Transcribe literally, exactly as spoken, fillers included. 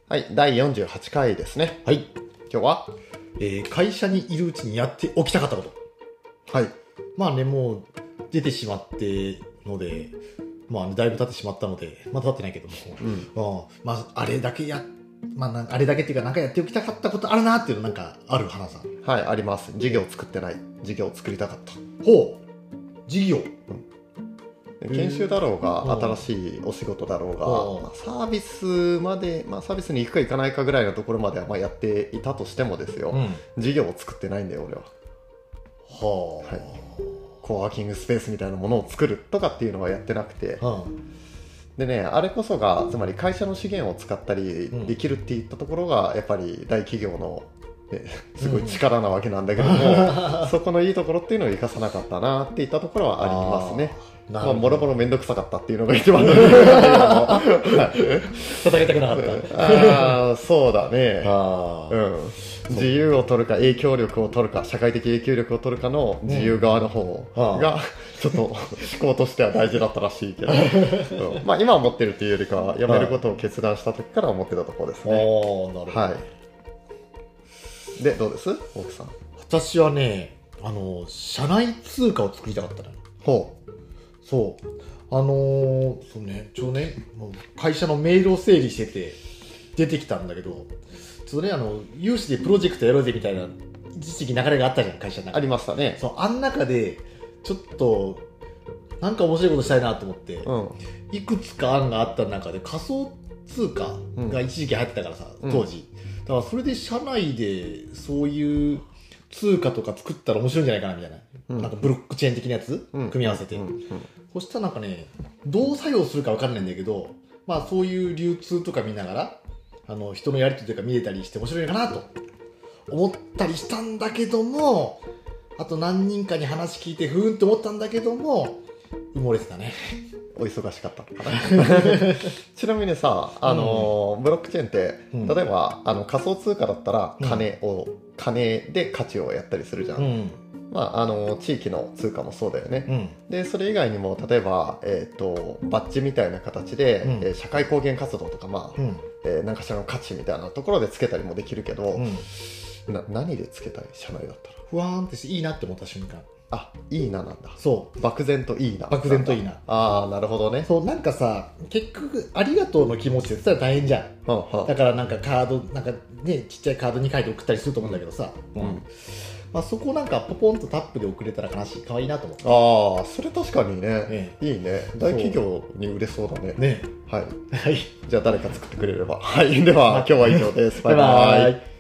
はい、だいよんじゅうはちかいですね。 はい。 今日は、 えー会社にいるうちにやっておきたかったこと。 はい。 まあね、もう出てしまってので、まあ、ね、だいぶ経ってしまったので、まだ経ってないけども、 うん。 うんまあ、あれだけや、まあなんか、あれだけっていうか、なんかやっておきたかったことあるなっていうのなんかある、花さん。 はい、あります。事業作ってない。事業を作りたかった。 ほう事業。 で研修だろううんが、新しいお仕事だろうが、 うんまあサービスまで、まあ、サービスに行くか行かないかぐらいのところまではまあやっていたとしてもですよ、 うん。 事業を作ってないんだよ、俺は。 はあ。 はいコワーキングスペースみたいなものを作るとかっていうのはやってなくて、 はでね、あれこそが、つまり会社の資源を使ったりうんできるっていったところが、やっぱり大企業の、ね、すごい力なわけなんだけども、そこのいいところっていうのを生かさなかったなっていったところはありますね。まあ、 あーなるほど。 もろもろめんどくさかったっていうのが一番の理由なんだけども叩きたくなかった。 ああ、そうだね。 ああ。 うん。自由を取るか影響力を取るか社会的影響力を取るかの自由側の方がちょっと思考としては大事だったらしいけど、うんまあ今思ってるっていうよりかは辞めることを決断した時から思ってたところですね。 おー、なるほど。 はい。で、どうです奥さん。 私はね、あの、社内通貨を作りたかったのよ。 ほそう。あのー、そうね、ちょうどね、もう会社のメールを整理してて、出てきたんだけど、ちょっとね、あの、有志でプロジェクトやろうぜみたいな、一時期流れがあったじゃん、会社のう。 中ありましたね。 そう、あん中で、ちょっと、なんか面白いことしたいなと思って、 うん。 いくつか案があった中で仮想通貨が一時期流行ってたからさ、 うん当時。だからそれで社内でそういう通貨とか作ったら面白いんじゃないかなみたいな。 うんなんかブロックチェーン的なやつ、 うん組み合わせて、 うんうんそしたらなんかね、どう作用するかわかんないんだけど、まあそういう流通とか見ながら、あの人のやりとりとか見れたりして面白いかなと思ったりしたんだけども、あと何人かに話聞いてふーんって思ったんだけども、埋もれてたね。 お忙しかったのかなちなみにさ、あのーブロックチェーンって、 うん例えばあの仮想通貨だったらうん金を、金で価値をやったりするじゃん、 うん。 まあ、あの地域の通貨もそうだよね、 うん。 でそれ以外にも例えば、えー、とバッジみたいな形で、 うんえー社会貢献活動とか、まあうん。 えー何かしらの価値みたいなところでつけたりもできるけど、 うん。 な何でつけたい社内だったらふわーんってしていいなって思った瞬間。 あいいななんだそ漠然といいな漠然といいなああなるほどねう。そう、なんかさ、結局、ありがとうの気持ちで伝えたら大変じゃん。 はんはんだからなんかカード、なんかね、ちっちゃいカードに書いて送ったりすると思うんだけどさ。 うんまあ、そこなんかポポンとタップで送れたら悲しい、可愛いなと思って。 ああそれ確かにね、 ねいいね大企業に売れそうだねねはいはい。 じゃあ誰か作ってくれればはいでは今日は以上ですバイバイバイバイ。